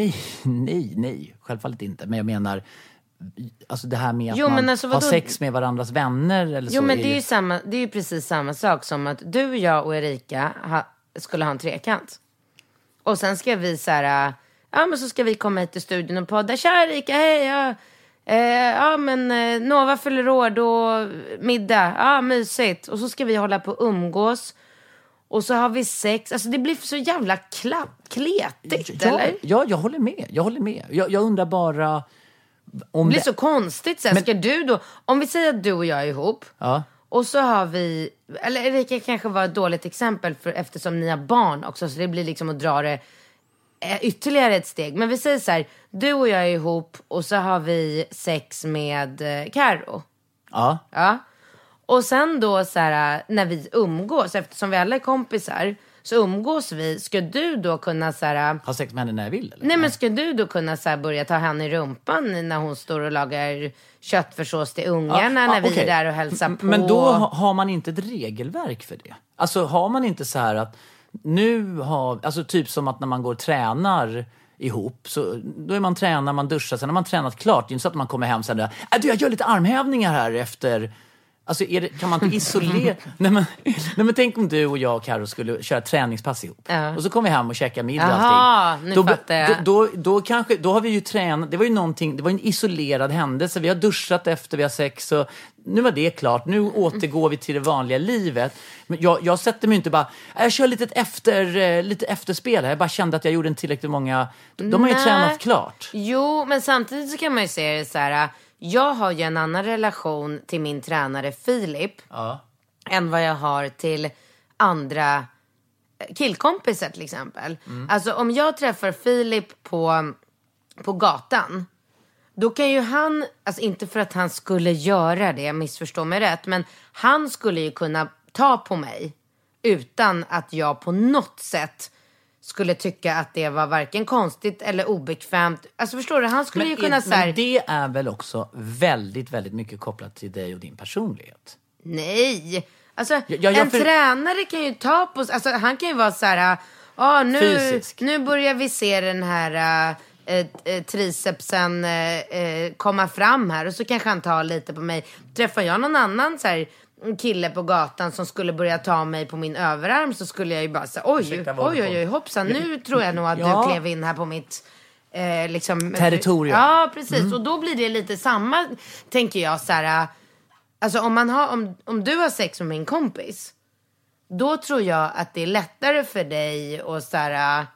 Speaker 6: Nej. Självfallet inte. Men jag menar... Alltså det här med att man har sex med varandras vänner eller så. Jo, men det är ju precis samma sak som att du, jag och Erika skulle ha en trekant. Och sen ska vi så här, men så ska vi komma hit till studion och podda. Tja Erika, hej, men Nova fyller år då, middag, mysigt. Och så ska vi hålla på och umgås. Och så har vi sex. Alltså det blir så jävla kletigt, eller? Ja, jag håller med. Jag undrar bara... Det blir så konstigt sen. Ska du då, om vi säger att du och jag är ihop, och så har vi, eller Erika kanske var ett dåligt exempel eftersom ni har barn också, så det blir liksom att dra det
Speaker 2: ytterligare ett steg. Men vi säger så här, du och jag är ihop och så har vi sex med Karo.
Speaker 6: Ja.
Speaker 2: Ja. Och sen då så här, när vi umgås, eftersom vi alla är kompisar, så umgås vi. Ska du då kunna så här...
Speaker 6: Ha sex med henne när jag vill? Eller?
Speaker 2: Nej, men ska du då kunna så här, börja ta henne i rumpan när hon står och lagar köttfärssås till ungarna när vi är där och hälsar på?
Speaker 6: Men då har man inte ett regelverk för det. Alltså har man inte så här att nu har... Alltså typ som att när man går och tränar ihop, så då är man tränar, man duschar, sen har man tränat klart. Det är inte så att man kommer hem sen du, jag gör lite armhävningar här efter... Alltså kan man inte isolera... nej, men tänk om du och jag och Karo skulle köra träningspass ihop. Och så kommer vi hem och käkar middag och allting.
Speaker 2: Nu fattar jag.
Speaker 6: Då har vi ju tränat. Det var ju någonting, det var en isolerad händelse. Vi har duschat efter vi har sex. Och nu var det klart. Nu återgår vi till det vanliga livet. Men jag sätter mig inte bara... Jag kör lite efterspel här. Jag bara kände att jag gjorde en tillräckligt många... De har ju tränat klart.
Speaker 2: Jo, men samtidigt så kan man ju se det så här... Jag har ju en annan relation till min tränare Filip än vad jag har till andra killkompisar till exempel. Alltså om jag träffar Filip på gatan, då kan ju han, alltså inte för att han skulle göra det, missförstå mig rätt, men han skulle ju kunna ta på mig utan att jag på något sätt skulle tycka att det var varken konstigt eller obekvämt. Alltså förstår du, han skulle ju kunna så här...
Speaker 6: Men det är väl också väldigt, väldigt mycket kopplat till dig och din personlighet?
Speaker 2: Nej. Alltså en tränare kan ju ta på... Alltså han kan ju vara så här... nu börjar vi se den här tricepsen komma fram här. Och så kanske han tar lite på mig. Träffar jag någon annan så här... kille på gatan som skulle börja ta mig på min överarm, så skulle jag ju bara säga oj, hoppsan, nu tror jag nog att du klev in här på mitt liksom
Speaker 6: territorium.
Speaker 2: Ja, precis. Och då blir det lite samma, tänker jag så här, alltså om du har sex med min kompis, då tror jag att det är lättare för dig att så här,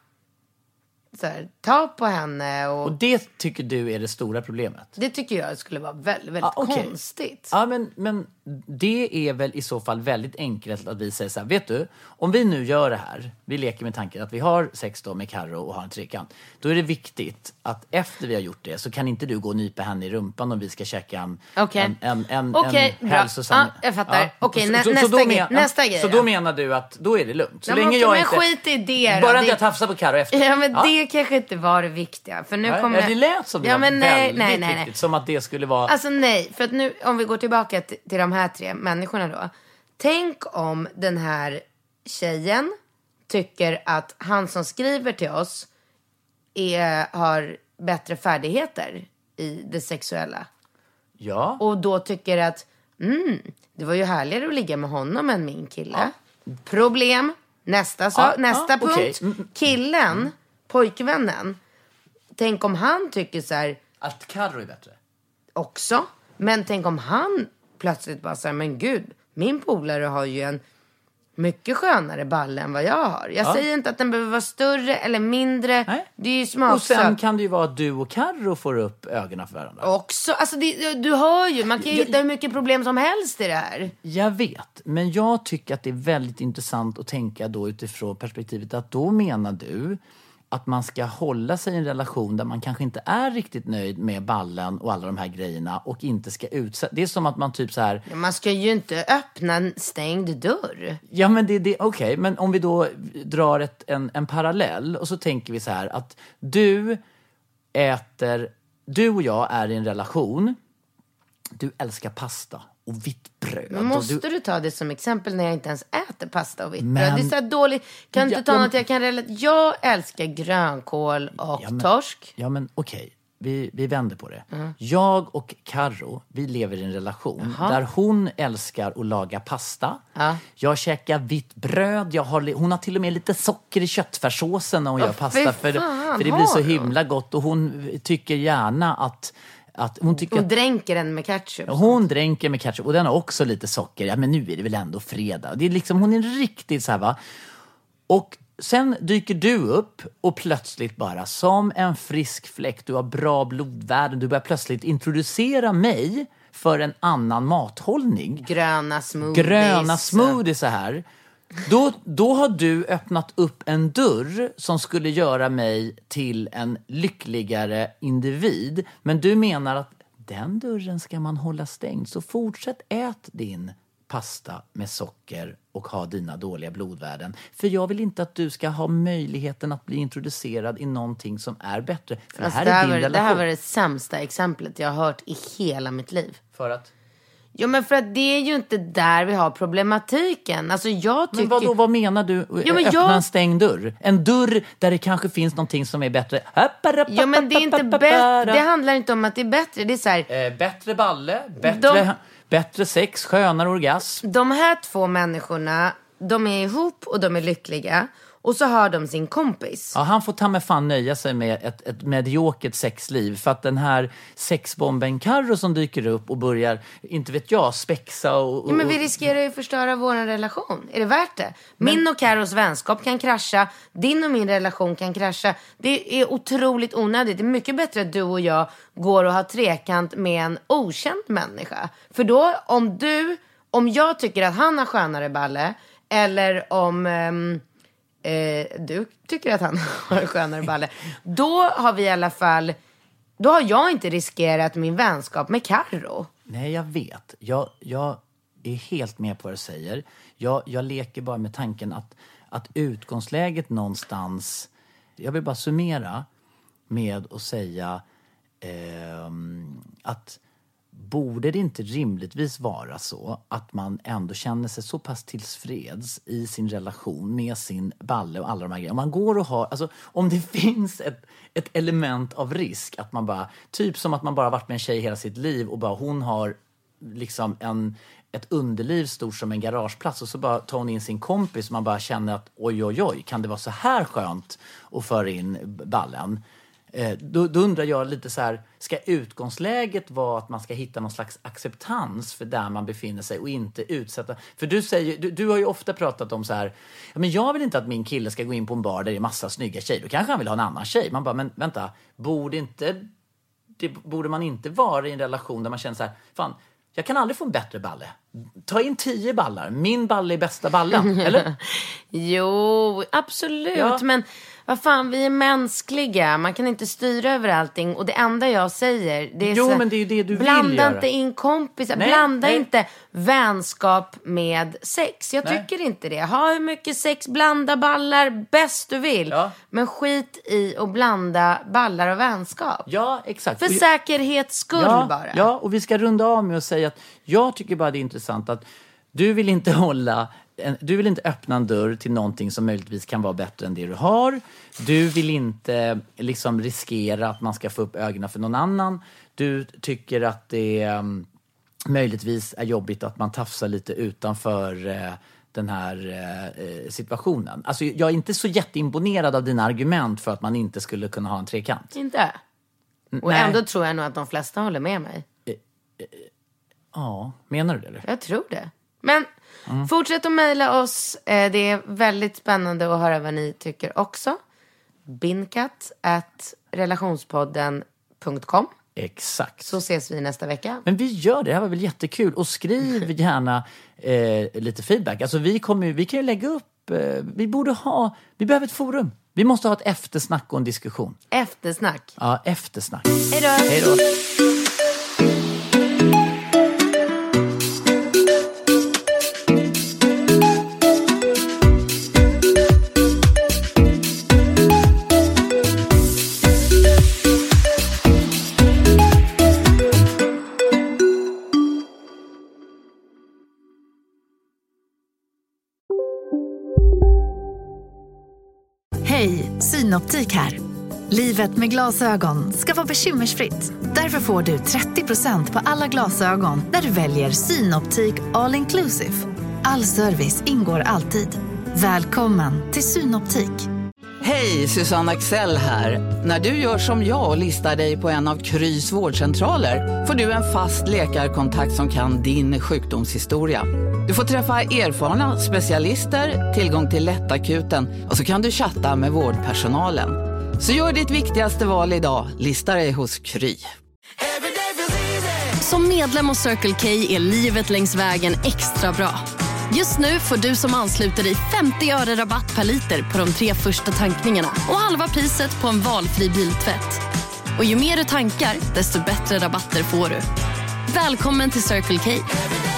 Speaker 2: ta på henne
Speaker 6: och det tycker du är det stora problemet?
Speaker 2: Det tycker jag skulle vara väldigt, väldigt konstigt.
Speaker 6: Ja, men det är väl i så fall väldigt enkelt att vi säger så här, vet du, om vi nu gör det här, vi leker med tanken att vi har sex då med Karo och har en trekant, då är det viktigt att efter vi har gjort det så kan inte du gå och nypa henne i rumpan om vi ska käka en hälsosam...
Speaker 2: Ja, jag fattar. Okej, nästa grej.
Speaker 6: Så då menar du att då är det lugnt. Så länge
Speaker 2: jag inte... skit i det.
Speaker 6: Bara inte jag tafsar på Karo efter.
Speaker 2: Ja, men det kanske inte var det viktiga. För nu kommer
Speaker 6: det lät som det var väldigt viktigt. Som att det skulle vara...
Speaker 2: Alltså nej, för att nu om vi går tillbaka till de här tre människorna då. Tänk om den här tjejen tycker att han som skriver till oss har bättre färdigheter i det sexuella.
Speaker 6: Ja.
Speaker 2: Och då tycker att det var ju härligare att ligga med honom än min kille. Ja. Problem. Nästa punkt. Okay. Killen, pojkvännen. Tänk om han tycker så här...
Speaker 6: Att Karo är bättre.
Speaker 2: Också. Men tänk om han plötsligt bara säger, men gud, min polare har ju en mycket skönare balle än vad jag har. Jag säger inte att den behöver vara större eller mindre. Nej. Det är ju smaksak.
Speaker 6: Och sen kan det ju vara att du och Karo får upp ögonen för varandra.
Speaker 2: Också. Alltså du hör ju, man kan ju hitta hur mycket problem som helst i det här.
Speaker 6: Jag vet, men jag tycker att det är väldigt intressant att tänka då utifrån perspektivet att då menar du att man ska hålla sig i en relation där man kanske inte är riktigt nöjd med ballen och alla de här grejerna och inte ska utsätta. Det är som att man typ så här...
Speaker 2: Man ska ju inte öppna en stängd dörr.
Speaker 6: Ja, men det okej. Men om vi då drar en parallell och så tänker vi så här att du och jag är i en relation. Du älskar pasta och vitt bröd.
Speaker 2: Men måste du ta det som exempel när jag inte ens äter pasta och vitt bröd? Det är så här dåligt. Kan du inte ta något jag kan relatera? Jag älskar grönkål och torsk.
Speaker 6: Ja, men okej. Vi vänder på det. Jag och Karo, vi lever i en relation där hon älskar att laga pasta. Jag käkar vitt bröd. Hon har till och med lite socker i köttfärssåsen när hon gör pasta. För det blir så himla gott. Och hon tycker gärna att hon
Speaker 2: dränker den med ketchup.
Speaker 6: Hon dränker med ketchup. Och den har också lite socker. Ja, men nu är det väl ändå fredag. Det är liksom, hon är riktigt så här, va. Och sen dyker du upp och plötsligt bara som en frisk fläkt. Du har bra blodvärden. Du börjar plötsligt introducera mig för en annan mathållning.
Speaker 2: Gröna smoothies
Speaker 6: så här. Då har du öppnat upp en dörr som skulle göra mig till en lyckligare individ. Men du menar att den dörren ska man hålla stängd. Så fortsätt ät din pasta med socker och ha dina dåliga blodvärden. För jag vill inte att du ska ha möjligheten att bli introducerad i någonting som är bättre. För
Speaker 2: alltså,
Speaker 6: det här är din relation.
Speaker 2: Det här var det sämsta exemplet jag har hört i hela mitt liv.
Speaker 6: För att?
Speaker 2: Ja, men för att det är ju inte där vi har problematiken. Alltså jag tycker...
Speaker 6: Men vad menar du? Öppna en stängd dörr? En dörr där det kanske finns någonting som är bättre.
Speaker 2: Ja, men det är inte bättre. Det handlar inte om att det är bättre. Det är så här...
Speaker 6: bättre balle, bättre sex, skönare orgasm.
Speaker 2: De här två människorna, de är ihop och de är lyckliga. Och så har de sin kompis.
Speaker 6: Ja, han får ta med fan nöja sig med ett mediokert sexliv. För att den här sexbomben Karro som dyker upp och börjar, inte vet jag, spexa och...
Speaker 2: Ja, men vi riskerar ju att förstöra vår relation. Är det värt det? Min och Karros vänskap kan krascha. Din och min relation kan krascha. Det är otroligt onödigt. Det är mycket bättre att du och jag går och har trekant med en okänd människa. För då, om jag tycker att han har skönare balle, eller om... du tycker att han har skönare balle, då har vi i alla fall, då har jag inte riskerat min vänskap med Karro.
Speaker 6: Nej, jag vet. Jag är helt med på vad du säger. Jag leker bara med tanken att utgångsläget någonstans, jag vill bara summera med att säga att borde det inte rimligtvis vara så att man ändå känner sig så pass tillfreds i sin relation med sin balle och alla de här grejerna. Om man går och har, alltså om det finns ett element av risk att man bara, typ som att man bara varit med en tjej hela sitt liv och bara hon har liksom ett underliv stort som en garageplats och så bara tar hon in sin kompis och man bara känner att oj, kan det vara så här skönt att föra in ballen? Då undrar jag lite så här, ska utgångsläget vara att man ska hitta någon slags acceptans för där man befinner sig och inte utsätta, för du har ju ofta pratat om så här, ja, men jag vill inte att min kille ska gå in på en bar där det är massa snygga tjejer, då kanske han vill ha en annan tjej. Man bara, men vänta, borde man inte vara i en relation där man känner så här, fan, jag kan aldrig få en bättre balle. Ta in 10 ballar. Min balle är bästa ballen, eller?
Speaker 2: Jo, absolut. Ja. Men vad fan, vi är mänskliga. Man kan inte styra över allting. Och det enda jag säger, det är
Speaker 6: men det är ju det du vill
Speaker 2: göra. Blanda inte in kompisar. Blanda inte vänskap med sex. Jag tycker inte det. Ha hur mycket sex, blanda ballar bäst du vill. Ja. Men skit i att blanda ballar och vänskap.
Speaker 6: Ja, exakt.
Speaker 2: För säkerhets skull bara.
Speaker 6: Ja, och vi ska runda av med att säga att jag tycker bara det är intressant att du vill inte öppna en dörr till någonting som möjligtvis kan vara bättre än det du har. Du vill inte liksom riskera att man ska få upp ögonen för någon annan. Du tycker att det möjligtvis är jobbigt att man tafsar lite utanför den här situationen. Alltså jag är inte så jätteimponerad av dina argument för att man inte skulle kunna ha en trekant.
Speaker 2: Inte? Och ändå tror jag nog att de flesta håller med mig.
Speaker 6: Ja, menar du det? Eller?
Speaker 2: Jag tror det. Men fortsätt att mejla oss. Det är väldigt spännande att höra vad ni tycker också. binkat@relationspodden.com.
Speaker 6: Exakt.
Speaker 2: Så ses vi nästa vecka.
Speaker 6: Men vi gör det här var väl jättekul. Och skriv gärna lite feedback. Alltså vi kan ju lägga upp. Vi behöver ett forum. Vi måste ha ett eftersnack och en diskussion.
Speaker 2: Eftersnack?
Speaker 6: Ja, eftersnack.
Speaker 2: Hej då.
Speaker 6: Hej då.
Speaker 9: Hej, Synoptik här. Livet med glasögon ska vara bekymmersfritt. Därför får du 30% på alla glasögon när du väljer Synoptik All Inclusive. All service ingår alltid. Välkommen till Synoptik.
Speaker 10: Hej, Susanne Axel här. När du gör som jag och listar dig på en av Krys vårdcentraler får du en fast läkarkontakt som kan din sjukdomshistoria. Du får träffa erfarna specialister, tillgång till lättakuten och så kan du chatta med vårdpersonalen. Så gör ditt viktigaste val idag, lista dig hos Kry.
Speaker 11: Som medlem hos Circle K är livet längs vägen extra bra. Just nu får du som ansluter dig 50 öre rabatt per liter på de 3 första tankningarna och halva priset på en valfri biltvätt. Och ju mer du tankar, desto bättre rabatter får du. Välkommen till Circle K.